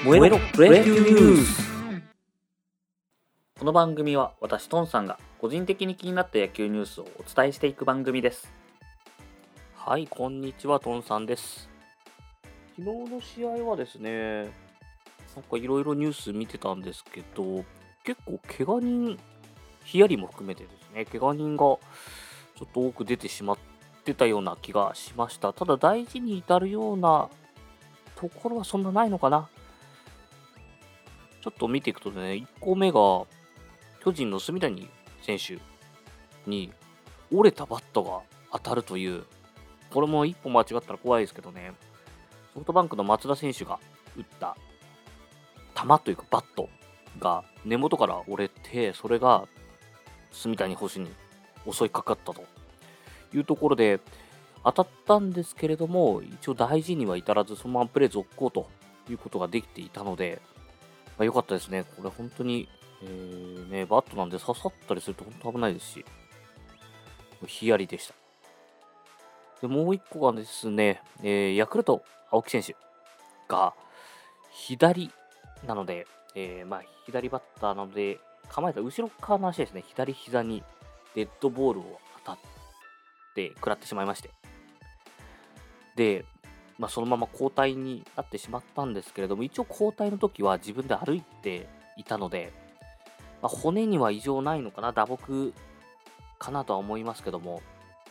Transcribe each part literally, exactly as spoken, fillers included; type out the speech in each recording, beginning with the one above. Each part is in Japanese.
燃えろプロ野球ニュース。この番組は私トンさんが個人的に気になった野球ニュースをお伝えしていく番組です。はい、こんにちは、トンさんです。昨日の試合はですね、なんかいろいろニュース見てたんですけど、結構怪我人、ヒヤリも含めてですね、怪我人がちょっと多く出てしまってたような気がしました。ただ大事に至るようなところはそんなないのかな。ちょっと見ていくとね、いっこめが巨人の住谷選手に折れたバットが当たるという、これも一歩間違ったら怖いですけどね、ソフトバンクの松田選手が打った球というかバットが根元から折れて、それが住谷捕手に襲いかかったというところで、当たったんですけれども、一応大事には至らず、そのままプレー続行ということができていたので、まあ、よかったですね。これ本当に、えーね、バットなんで刺さったりすると本当危ないですし、ヒヤリでした。でもう一個がですね、えーヤクルト、青木選手が左なので、えーまあ、左バッターなので、構えた後ろ側の足ですね、左膝にデッドボールを当たって食らってしまいまして。で、まあ、そのまま交代になってしまったんですけれども、一応交代の時は自分で歩いていたので、まあ、骨には異常ないのかな、打撲かなとは思いますけども、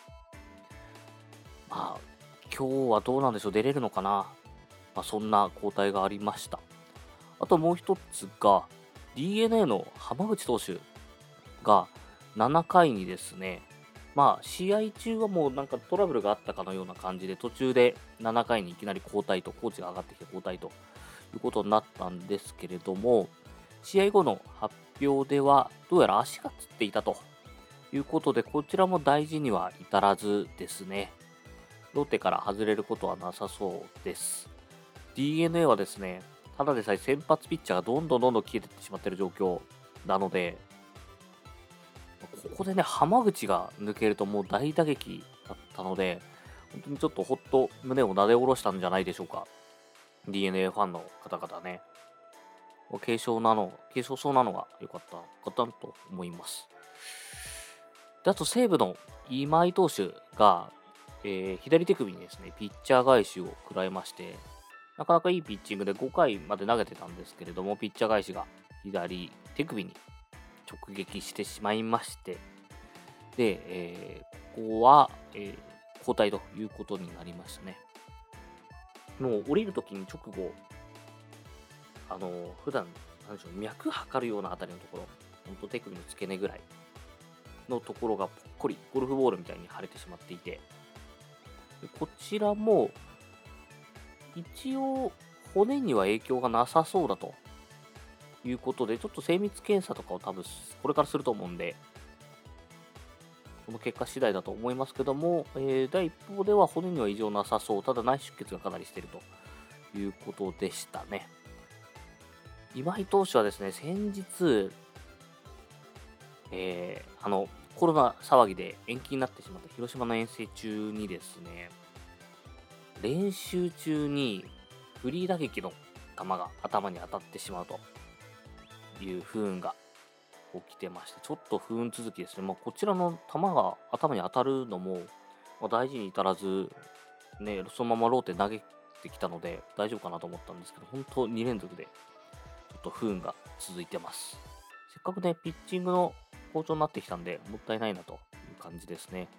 まあ、今日はどうなんでしょう、出れるのかな、まあ、そんな交代がありました。あともう一つが、ディーエヌエー の浜口投手がななかいにですね、まあ、試合中はもうなんかトラブルがあったかのような感じで、途中でななかいにいきなり交代と、コーチが上がってきて交代ということになったんですけれども、試合後の発表では、どうやら足がつっていたということで、こちらも大事には至らずですね、ロッテから外れることはなさそうです。ディーエヌエー はですね、ただでさえ先発ピッチャーがどんどんどんどん消えていってしまっている状況なので、ここでね、浜口が抜けるともう大打撃だったので、本当にちょっとほっと胸をなで下ろしたんじゃないでしょうか。ディーエヌエー ファンの方々ね。軽症なの、軽症そうなのが良かったかなと思います。で、あと西武の今井投手が、えー左手首にですね、ピッチャー返しを食らいまして、なかなかいいピッチングでごかいまで投げてたんですけれども、ピッチャー返しが左手首に直撃してしまいまして、で、えーここは、えー交代ということになりましたね。もう降りるときに直後、あのー普段なんでしょう、脈測るようなあたりのところ、本当手首の付け根ぐらいのところがぽっこり、ゴルフボールみたいに腫れてしまっていて、でこちらも一応骨には影響がなさそうだということで、ちょっと精密検査とかを多分これからすると思うんで、その結果次第だと思いますけども、えー第一報では骨には異常なさそう、ただ内出血がかなりしているということでしたね。今井投手はですね、先日、えーあのコロナ騒ぎで延期になってしまった広島の遠征中にですね、練習中にフリー打撃の球が頭に当たってしまうという不運が起きてまして、ちょっと不運続きですね。まあ、こちらの球が頭に当たるのも、まあ、大事に至らず、ね、そのままローテ投げてきたので大丈夫かなと思ったんですけど、本当に連続でちょっと不運が続いてます。せっかくね、ピッチングの好調になってきたんで、もったいないなという感じですね。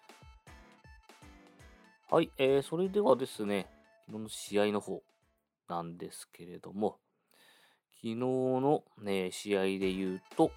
はい、えー、それではですね、昨日の試合の方なんですけれども、昨日の、ね、試合で言うと、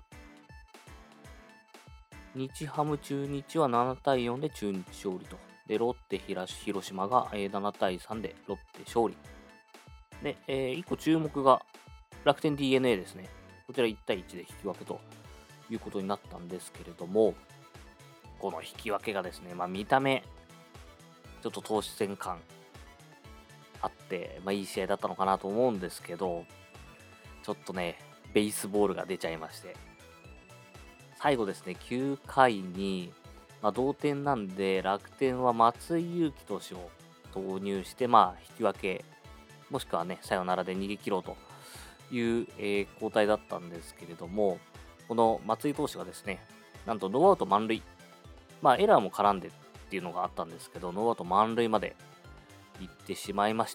日ハム中日はななたいよんで中日勝利と。で、ロッテ広島がえーななたいさんでロッテ勝利。で、えーいっこ注目が楽天 ディーエヌエー ですね。こちらいちたいいちで引き分けということになったんですけれども、この引き分けがですね、まあ見た目、ちょっと投手戦感あって、まあいい試合だったのかなと思うんですけど、ちょっとね、ベースボールが出ちゃいまして、最後ですね、きゅうかいに、まあ、同点なんで、楽天は松井裕樹投手を投入して、まあ、引き分けもしくはね、サヨナラで逃げ切ろうという、えー交代だったんですけれども、この松井投手がですね、なんとノーアウト満塁、まあエラーも絡んでっていうのがあったんですけど、ノーアウト満塁まで行ってしまいまして、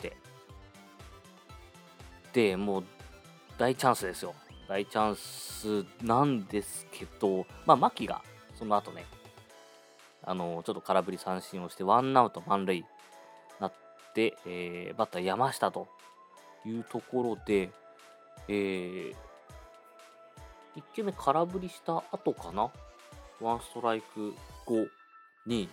で、もう大チャンスですよ。大チャンスなんですけど、まあ牧がその後ね、あのちょっと空振り三振をして、ワンアウト満塁になって、えーバッター山下というところで、えー、いっ球目空振りした後かな、ワンストライク後に、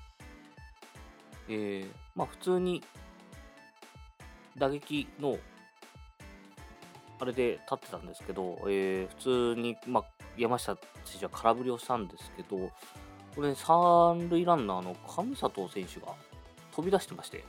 えー、まあ普通に打撃のあれで立ってたんですけど、えー普通に、まあ、山下選手は空振りをしたんですけど、これ、三塁ランナーの上里選手が飛び出してまして、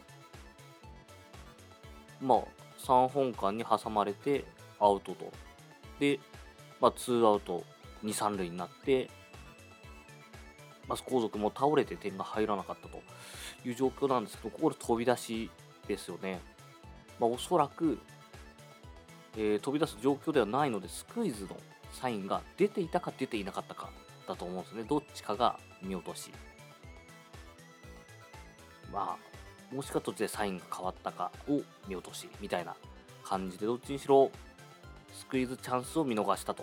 まあ、三本間に挟まれてアウトと。で、まあ、ツーアウトに、三塁になって、まあ、後続も倒れて点が入らなかったという状況なんですけど、ここで飛び出しですよね。まあ、おそらく、えー飛び出す状況ではないので、スクイズのサインが出ていたか出ていなかったかだと思うんですね。どっちかが見落とし。まあ、もしかとしてサインが変わったかを見落としみたいな感じで、どっちにしろスクイズチャンスを見逃したと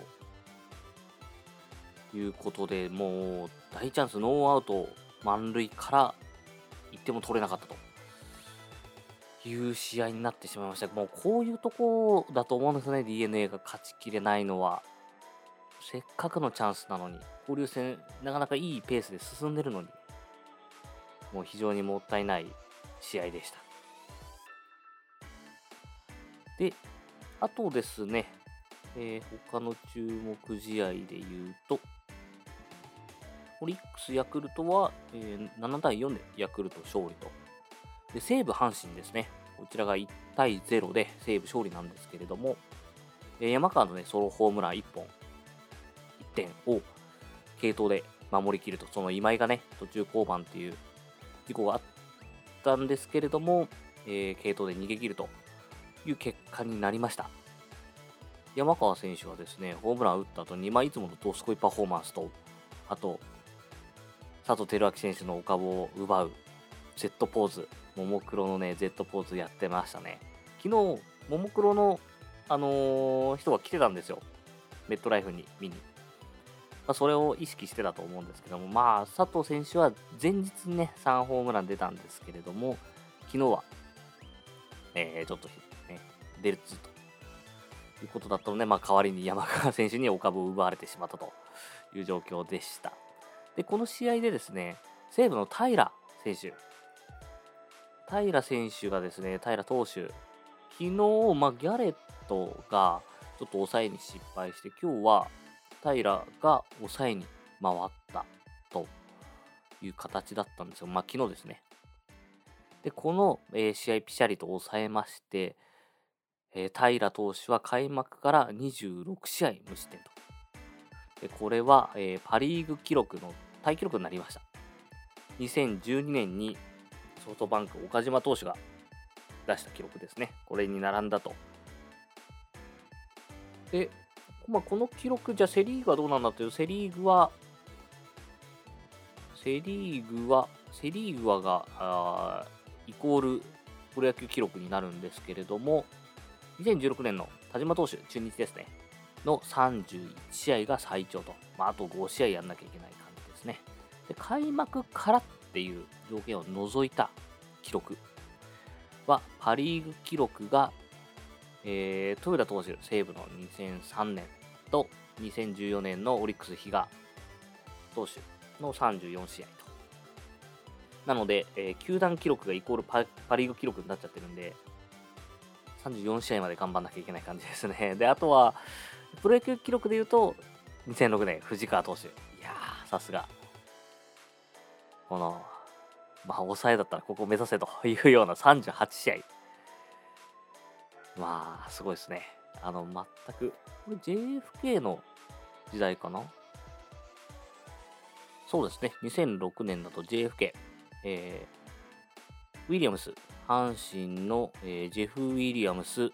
いうことで、もう大チャンス、ノーアウト満塁からいっても取れなかったという試合になってしまいました。もうこういうとこだと思うんですね、 ディーエヌエー が勝ちきれないのは。せっかくのチャンスなのに、交流戦なかなかいいペースで進んでるのに、もう非常にもったいない試合でした。で、あとですね、えー他の注目試合で言うと、オリックス・ヤクルトは、えーななたいよんでヤクルト勝利と。で、西武・阪神ですね。こちらがいちたいゼロで西武勝利なんですけれども、えー山川のね、ソロホームランいっぽん、いってんを継投で守りきると、その今井がね、途中降板っていう事故があったんですけれども、えー継投で逃げ切るという結果になりました。山川選手はですね、ホームラン打った後に、まあ、いつものどすこいパフォーマンスと、あと、佐藤輝明選手のお株を奪う Z ポーズ、ももクロのね、Z ポーズやってましたね。昨日、ももクロの、あのー人が来てたんですよ。メットライフに見に。まあ、それを意識してたと思うんですけども、まあ、佐藤選手は前日にね、さんホームラン出たんですけれども、昨日は、えー、ちょっと、ね、出るずということだったので、まあ、代わりに山川選手にお株を奪われてしまったという状況でした。で、この試合でですね、西武の平選手、平選手がですね、平投手、昨日、まあ、ギャレットがちょっと抑えに失敗して、今日は平が抑えに回ったという形だったんですよ。まあ、昨日ですね。で、この、えー試合ピシャリと抑えまして、えー平投手は開幕からにじゅうろくしあい無失点と。で、これは、えーパ・リーグ記録のタイ記録になりました。にせんじゅうにねんにソフトバンク岡島投手が出した記録ですね。これに並んだと。で、まあ、この記録、じゃあセ・リーグはどうなんだという、セ・リーグは、セ・リーグは、セ・リーグはが、あーイコールプロ野球記録になるんですけれども、にせんじゅうろくねんの田島投手、中日ですね、のさんじゅういちしあいが最長と、まあ、あとごしあいやんなきゃいけない感じですね。で、開幕からっていう条件を除いた記録は、パ・リーグ記録が、えー、豊田投手、西武のにせんさんねんとにせんじゅうよねんのオリックス比嘉投手のさんじゅうよんしあいと。なので、えー球団記録がイコールパ、パリーグ記録になっちゃってるんで、さんじゅうよんしあいまで頑張んなきゃいけない感じですね。で、あとは、プロ野球記録で言うと、にせんろくねん、藤川投手。いやー、さすが。この、まあ、抑えだったらここを目指せというようなさんじゅうはちしあい。まあ、すごいですね。あの、全く、これ ジェイエフケー の時代かな。そうですね。にせんろくねんだと ジェイエフケー、えー、ウィリアムス阪神の、えージェフ・ウィリアムス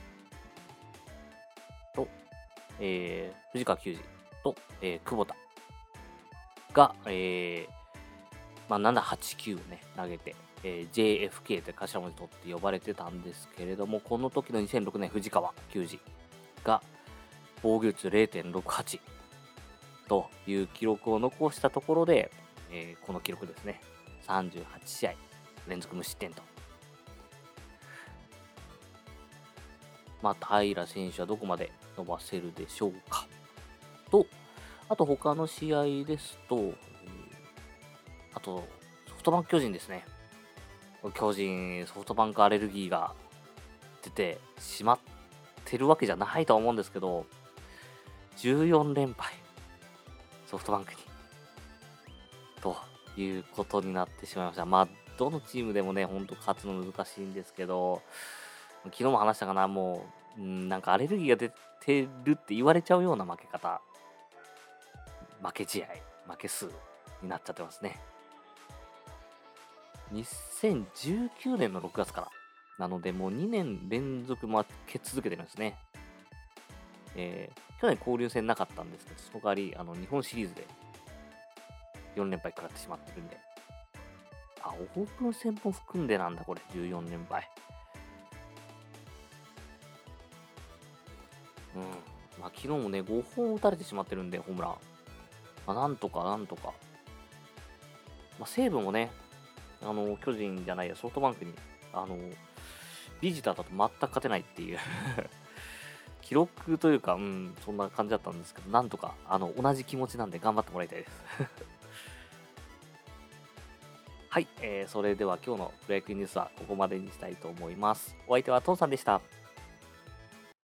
と、えー藤川球児と、えー久保田が、えーまあ、なな、はち、きゅうをね、投げて、えー ジェイエフケー って頭文字取って呼ばれてたんですけれども、この時のにせんろくねん藤川球児が防御率 れいてんろくはち という記録を残したところで、えーこの記録ですね、さんじゅうはちしあい連続無失点と。まあ、平選手はどこまで伸ばせるでしょうか。と、あと他の試合ですと、えーあとソフトバンク巨人ですね。巨人、ソフトバンクアレルギーが出てしまってるわけじゃないとは思うんですけど、じゅうよんれんぱい、ソフトバンクに、ということになってしまいました。まあ、どのチームでもね、ほんと勝つの難しいんですけど、昨日も話したかな、もう、うん、なんかアレルギーが出てるって言われちゃうような負け方、負け試合、負け数になっちゃってますね。にせんじゅうきゅうねんのろくがつから。なので、もうにねん連続負け続けてるんですね。えー、去年交流戦なかったんですけど、その代わり、あの、日本シリーズでよんれんぱい食らってしまってるんで。あ、オープン戦も含んでなんだ、これ、じゅうよんれんぱい。うん。まあ、昨日もね、ごほん打たれてしまってるんで、ホームラン。まあ、なんとか、なんとか。まあ、西武もね、あの、巨人じゃないや、ソフトバンクに、あの、ビジターだと全く勝てないっていう記録というか、うん、そんな感じだったんですけど、なんとか、あの、同じ気持ちなんで頑張ってもらいたいですはい、えー、それでは今日のプロ野球ニュースはここまでにしたいと思います。お相手はトンさんでした。